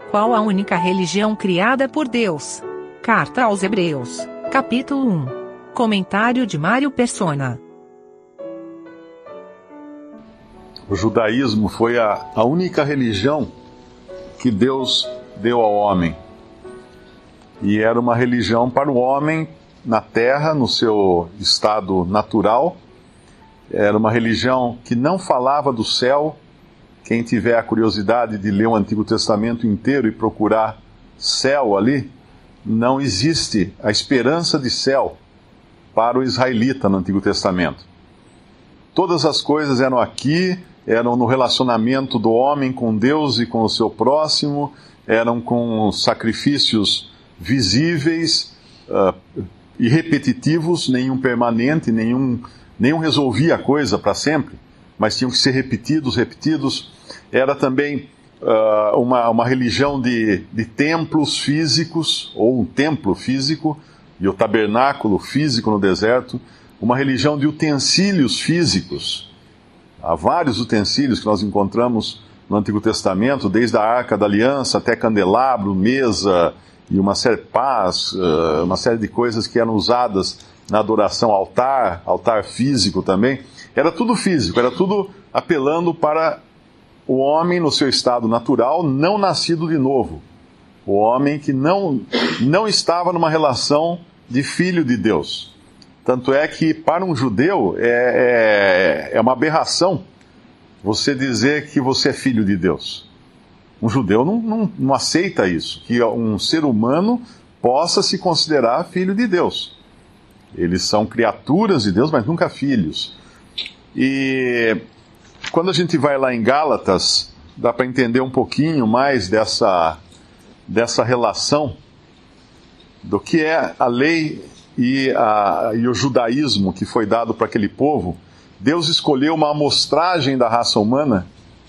Qual a única religião criada por Deus? Carta aos Hebreus, capítulo 1. Comentário de Mário Persona. O judaísmo foi a única religião que Deus deu ao homem. E era uma religião para o homem na terra, no seu estado natural. Era uma religião que não falava do céu. Quem tiver a curiosidade de ler o Antigo Testamento inteiro e procurar céu ali, não existe a esperança de céu para o israelita no Antigo Testamento. Todas as coisas eram aqui, eram no relacionamento do homem com Deus e com o seu próximo, eram com sacrifícios visíveis e repetitivos, nenhum permanente, nenhum resolvia a coisa para sempre, mas tinham que ser repetidos. Era também uma religião de templos físicos, ou um templo físico, e o tabernáculo físico no deserto, uma religião de utensílios físicos. Há vários utensílios que nós encontramos no Antigo Testamento, desde a Arca da Aliança até candelabro, mesa e uma série de pás, uma série de coisas que eram usadas na adoração, altar físico também. Era tudo físico, era tudo apelando para o homem no seu estado natural, não nascido de novo. O homem que não estava numa relação de filho de Deus. Tanto é que para um judeu é uma aberração você dizer que você é filho de Deus. Um judeu não aceita isso, que um ser humano possa se considerar filho de Deus. Eles são criaturas de Deus, mas nunca filhos. E quando a gente vai lá em Gálatas, dá para entender um pouquinho mais dessa relação do que é a lei e o judaísmo que foi dado para aquele povo. Deus escolheu uma amostragem da raça humana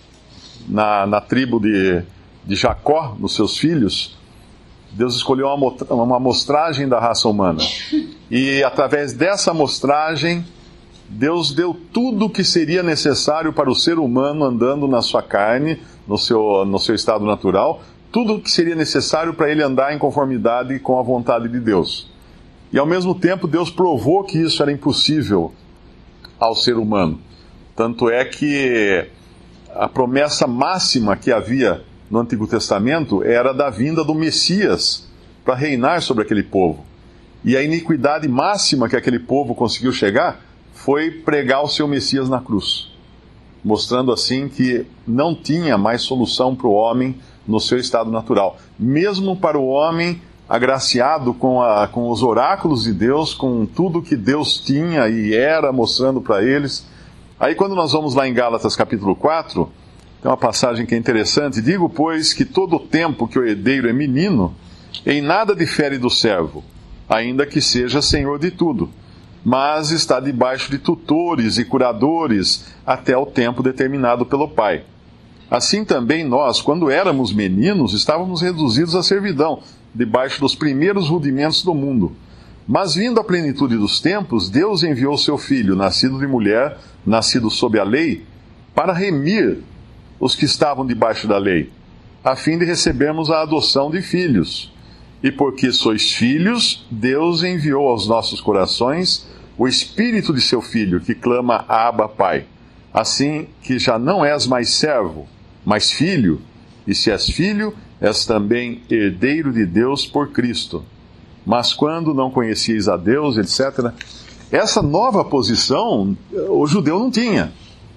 na tribo de Jacó, dos seus filhos. Deus escolheu uma amostragem da raça humana. E através dessa amostragem, Deus deu tudo o que seria necessário para o ser humano andando na sua carne, no seu estado natural, tudo o que seria necessário para ele andar em conformidade com a vontade de Deus. E ao mesmo tempo, Deus provou que isso era impossível ao ser humano. Tanto é que a promessa máxima que havia no Antigo Testamento era da vinda do Messias para reinar sobre aquele povo. E a iniquidade máxima que aquele povo conseguiu chegar foi pregar o seu Messias na cruz, mostrando assim que não tinha mais solução para o homem no seu estado natural. Mesmo para o homem agraciado com os oráculos de Deus, com tudo que Deus tinha e era mostrando para eles. Aí quando nós vamos lá em Gálatas capítulo 4, tem uma passagem que é interessante. Digo, pois, que todo o tempo que o herdeiro é menino, em nada difere do servo, ainda que seja senhor de tudo, mas está debaixo de tutores e curadores até o tempo determinado pelo Pai. Assim também nós, quando éramos meninos, estávamos reduzidos à servidão, debaixo dos primeiros rudimentos do mundo. Mas vindo a plenitude dos tempos, Deus enviou seu Filho, nascido de mulher, nascido sob a lei, para remir os que estavam debaixo da lei, a fim de recebermos a adoção de filhos. E porque sois filhos, Deus enviou aos nossos corações o Espírito de seu Filho, que clama Abba, Pai. Assim que já não és mais servo, mas filho, e se és filho, és também herdeiro de Deus por Cristo. Mas quando não conhecieis a Deus, etc., essa nova posição o judeu não tinha.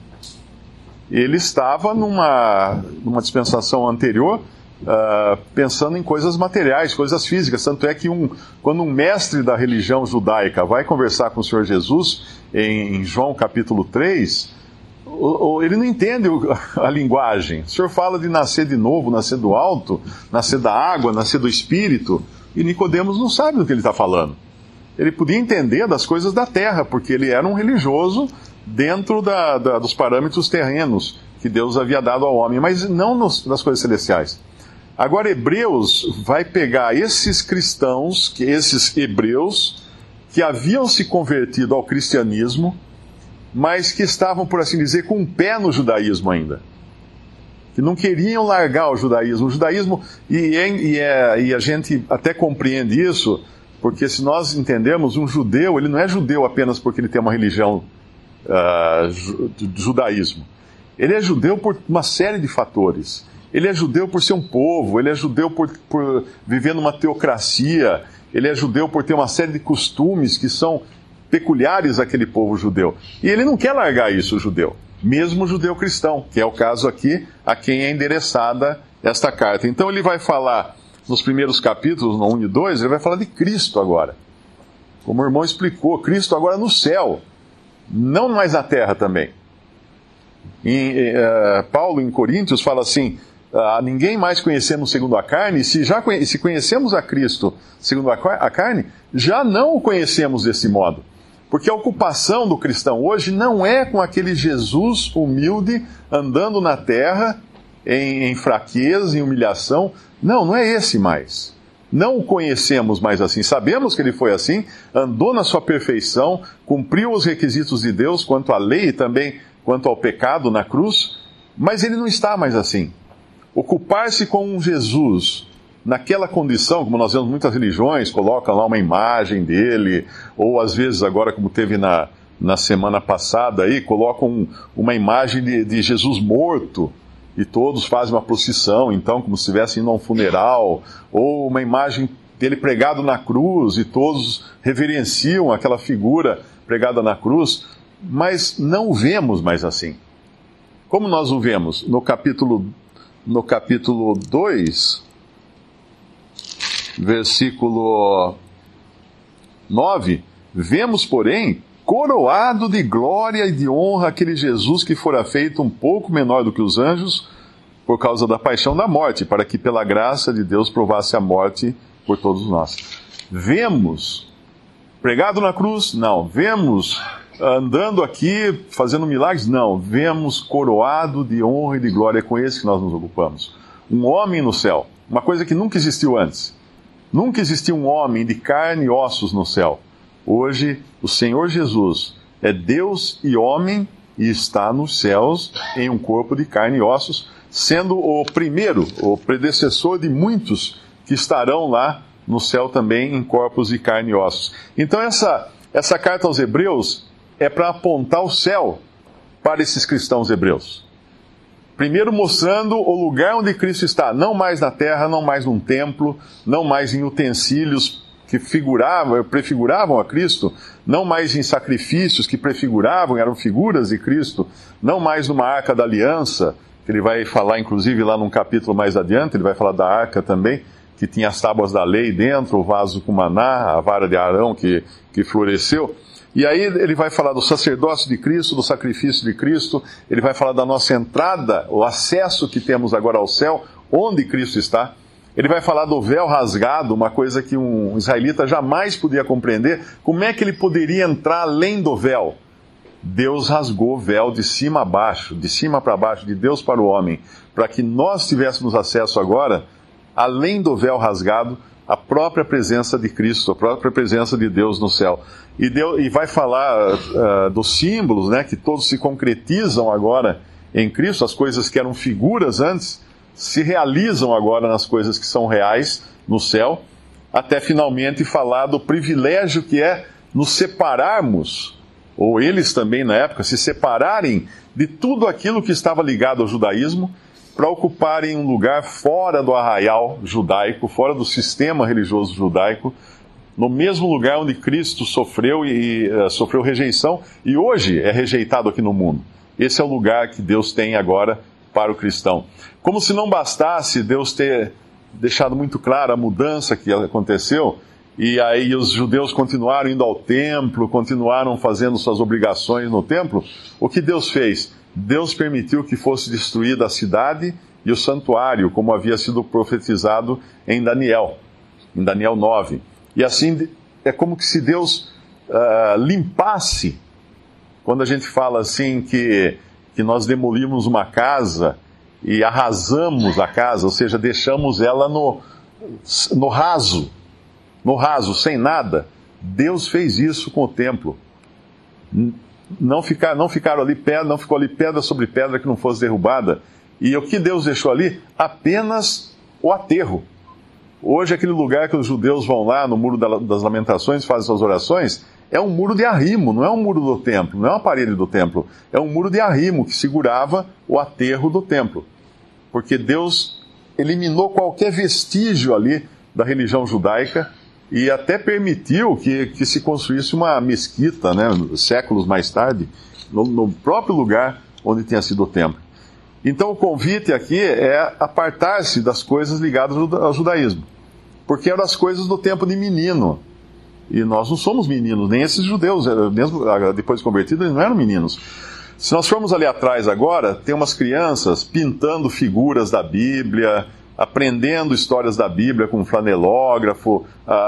Ele estava numa dispensação anterior, pensando em coisas materiais, coisas físicas. Tanto é que quando um mestre da religião judaica vai conversar com o Senhor Jesus, em João capítulo 3, ele não entende a linguagem. O Senhor fala de nascer de novo, nascer do alto, nascer da água, nascer do Espírito, e Nicodemos não sabe do que ele está falando. Ele podia entender das coisas da terra, porque ele era um religioso dentro dos parâmetros terrenos que Deus havia dado ao homem, mas não das coisas celestiais. Agora Hebreus vai pegar esses cristãos, esses hebreus, que haviam se convertido ao cristianismo, mas que estavam, por assim dizer, com um pé no judaísmo ainda. que não queriam largar o judaísmo. O judaísmo, e a gente até compreende isso, porque se nós entendermos, um judeu, ele não é judeu apenas porque ele tem uma religião judaísmo. Ele é judeu por uma série de fatores. Ele é judeu por ser um povo, ele é judeu por viver numa teocracia, ele é judeu por ter uma série de costumes que são peculiares àquele povo judeu. E ele não quer largar isso, o judeu. Mesmo o judeu cristão, que é o caso aqui, a quem é endereçada esta carta. Então ele vai falar, nos primeiros capítulos, no 1 e 2, ele vai falar de Cristo agora. Como o irmão explicou, Cristo agora no céu, não mais na terra também. Paulo, em Coríntios, fala assim, ninguém mais conhecemos segundo a carne, se conhecemos a Cristo segundo a carne, já não o conhecemos desse modo. Porque a ocupação do cristão hoje não é com aquele Jesus humilde andando na terra em fraqueza, em humilhação. Não é esse mais. Não o conhecemos mais assim. Sabemos que ele foi assim, andou na sua perfeição, cumpriu os requisitos de Deus quanto à lei e também quanto ao pecado na cruz, mas ele não está mais assim. Ocupar-se com um Jesus naquela condição, como nós vemos muitas religiões, colocam lá uma imagem dele, ou às vezes agora, como teve na semana passada, aí, colocam uma imagem de Jesus morto, e todos fazem uma procissão, então, como se estivessem indo a um funeral, ou uma imagem dele pregado na cruz, e todos reverenciam aquela figura pregada na cruz, mas não o vemos mais assim. Como nós o vemos? No capítulo 2... versículo 9, vemos, porém, coroado de glória e de honra aquele Jesus que fora feito um pouco menor do que os anjos, por causa da paixão da morte, para que pela graça de Deus provasse a morte por todos nós. Vemos, pregado na cruz? Não. Vemos, andando aqui, fazendo milagres? Não. Vemos coroado de honra e de glória, é com esse que nós nos ocupamos. Um homem no céu, uma coisa que nunca existiu antes. Nunca existiu um homem de carne e ossos no céu. Hoje, o Senhor Jesus é Deus e homem e está nos céus em um corpo de carne e ossos, sendo o primeiro, o predecessor de muitos que estarão lá no céu também em corpos de carne e ossos. Então essa carta aos Hebreus é para apontar o céu para esses cristãos hebreus. Primeiro mostrando o lugar onde Cristo está, não mais na terra, não mais num templo, não mais em utensílios que prefiguravam a Cristo, não mais em sacrifícios que prefiguravam, eram figuras de Cristo, não mais numa arca da aliança, que ele vai falar inclusive lá num capítulo mais adiante, ele vai falar da arca também, que tinha as tábuas da lei dentro, o vaso com maná, a vara de Arão que floresceu. E aí ele vai falar do sacerdócio de Cristo, do sacrifício de Cristo, ele vai falar da nossa entrada, o acesso que temos agora ao céu, onde Cristo está. Ele vai falar do véu rasgado, uma coisa que um israelita jamais podia compreender. Como é que ele poderia entrar além do véu? Deus rasgou o véu de cima a baixo, de cima para baixo, de Deus para o homem, para que nós tivéssemos acesso agora, além do véu rasgado, a própria presença de Cristo, a própria presença de Deus no céu. E vai falar dos símbolos, né, que todos se concretizam agora em Cristo, as coisas que eram figuras antes, se realizam agora nas coisas que são reais no céu, até finalmente falar do privilégio que é nos separarmos, ou eles também na época, se separarem de tudo aquilo que estava ligado ao judaísmo, para ocuparem um lugar fora do arraial judaico, fora do sistema religioso judaico, no mesmo lugar onde Cristo sofreu sofreu rejeição e hoje é rejeitado aqui no mundo. Esse é o lugar que Deus tem agora para o cristão. Como se não bastasse Deus ter deixado muito claro a mudança que aconteceu, e aí os judeus continuaram indo ao templo, continuaram fazendo suas obrigações no templo, o que Deus fez? Deus permitiu que fosse destruída a cidade e o santuário, como havia sido profetizado em Daniel 9. E assim, é como que se Deus limpasse, quando a gente fala assim que nós demolimos uma casa e arrasamos a casa, ou seja, deixamos ela no raso, sem nada. Deus fez isso com o templo. Não ficou ali pedra sobre pedra que não fosse derrubada. E o que Deus deixou ali? Apenas o aterro. Hoje, aquele lugar que os judeus vão lá, no Muro das Lamentações, fazem suas orações, é um muro de arrimo, não é um muro do templo, não é uma parede do templo. É um muro de arrimo que segurava o aterro do templo. Porque Deus eliminou qualquer vestígio ali da religião judaica e até permitiu que se construísse uma mesquita, né, séculos mais tarde, no próprio lugar onde tinha sido o templo. Então o convite aqui é apartar-se das coisas ligadas ao judaísmo, porque eram as coisas do tempo de menino. E nós não somos meninos, nem esses judeus, mesmo depois de convertidos, eles não eram meninos. Se nós formos ali atrás agora, tem umas crianças pintando figuras da Bíblia, aprendendo histórias da Bíblia com um flanelógrafo.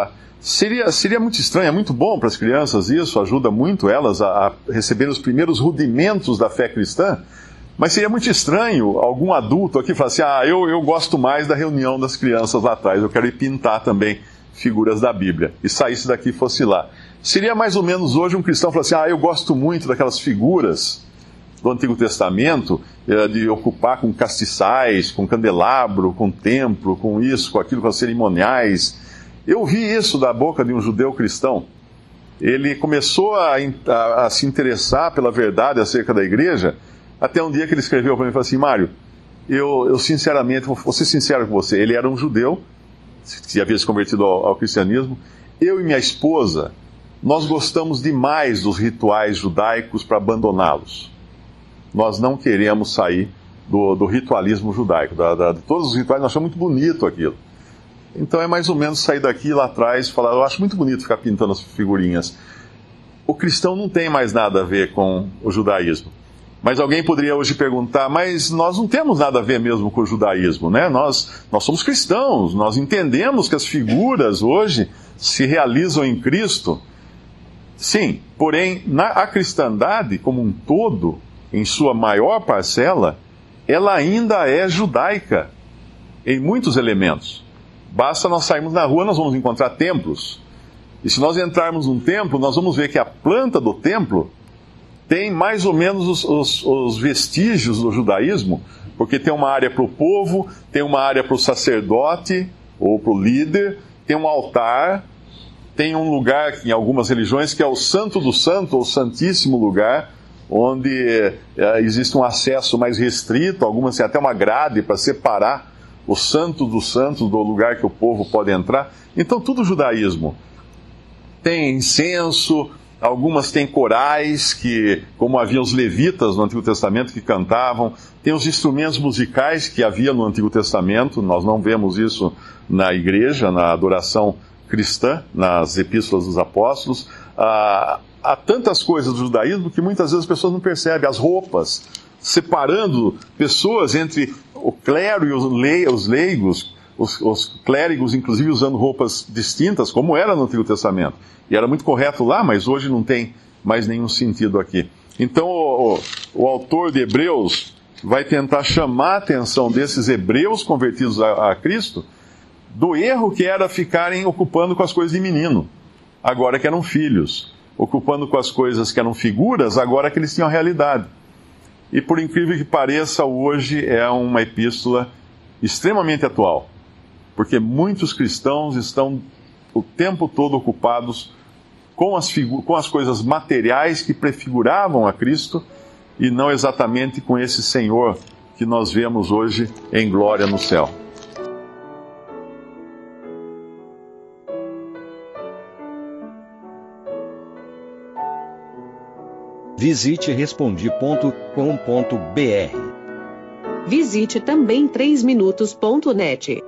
Seria muito estranho, é muito bom para as crianças isso, ajuda muito elas a receber os primeiros rudimentos da fé cristã, mas seria muito estranho algum adulto aqui falar assim, eu gosto mais da reunião das crianças lá atrás, eu quero ir pintar também figuras da Bíblia, e saísse daqui e fosse lá. Seria mais ou menos hoje um cristão falar assim, eu gosto muito daquelas figuras do Antigo Testamento, de ocupar com castiçais, com candelabro, com templo, com isso, com aquilo, com as cerimoniais. Eu vi isso da boca de um judeu cristão. Ele começou a se interessar pela verdade acerca da igreja, até um dia que ele escreveu para mim e falou assim, Mário, eu sinceramente, vou ser sincero com você, ele era um judeu, que havia se convertido ao cristianismo. Eu e minha esposa, nós gostamos demais dos rituais judaicos para abandoná-los. Nós não queremos sair do ritualismo judaico. De todos os rituais, nós achamos muito bonito aquilo. Então é mais ou menos sair daqui lá atrás e falar, eu acho muito bonito ficar pintando as figurinhas. O cristão não tem mais nada a ver com o judaísmo. Mas alguém poderia hoje perguntar, mas nós não temos nada a ver mesmo com o judaísmo, né? Nós somos cristãos, nós entendemos que as figuras hoje se realizam em Cristo. Sim, porém, a cristandade como um todo, em sua maior parcela, ela ainda é judaica em muitos elementos. Basta nós sairmos na rua, nós vamos encontrar templos. E se nós entrarmos num templo, nós vamos ver que a planta do templo tem mais ou menos os vestígios do judaísmo, porque tem uma área para o povo, tem uma área para o sacerdote ou para o líder, tem um altar, tem um lugar em algumas religiões que é o Santo do Santo, ou Santíssimo Lugar, onde existe um acesso mais restrito, algumas têm até uma grade para separar o Santo do Santo do lugar que o povo pode entrar. Então tudo judaísmo. Tem incenso, algumas têm corais, como havia os levitas no Antigo Testamento que cantavam, tem os instrumentos musicais que havia no Antigo Testamento, nós não vemos isso na igreja, na adoração cristã, nas epístolas dos apóstolos. Há tantas coisas do judaísmo que muitas vezes as pessoas não percebem. As roupas, separando pessoas entre o clero e os leigos, os clérigos inclusive usando roupas distintas, como era no Antigo Testamento. E era muito correto lá, mas hoje não tem mais nenhum sentido aqui. Então o autor de Hebreus vai tentar chamar a atenção desses hebreus convertidos a Cristo do erro que era ficarem ocupando com as coisas de menino, agora que eram filhos, ocupando com as coisas que eram figuras, agora que eles tinham a realidade. E por incrível que pareça, hoje é uma epístola extremamente atual, porque muitos cristãos estão o tempo todo ocupados com as coisas materiais que prefiguravam a Cristo e não exatamente com esse Senhor que nós vemos hoje em glória no céu. Visite Respondi.com.br. Visite também 3minutos.net.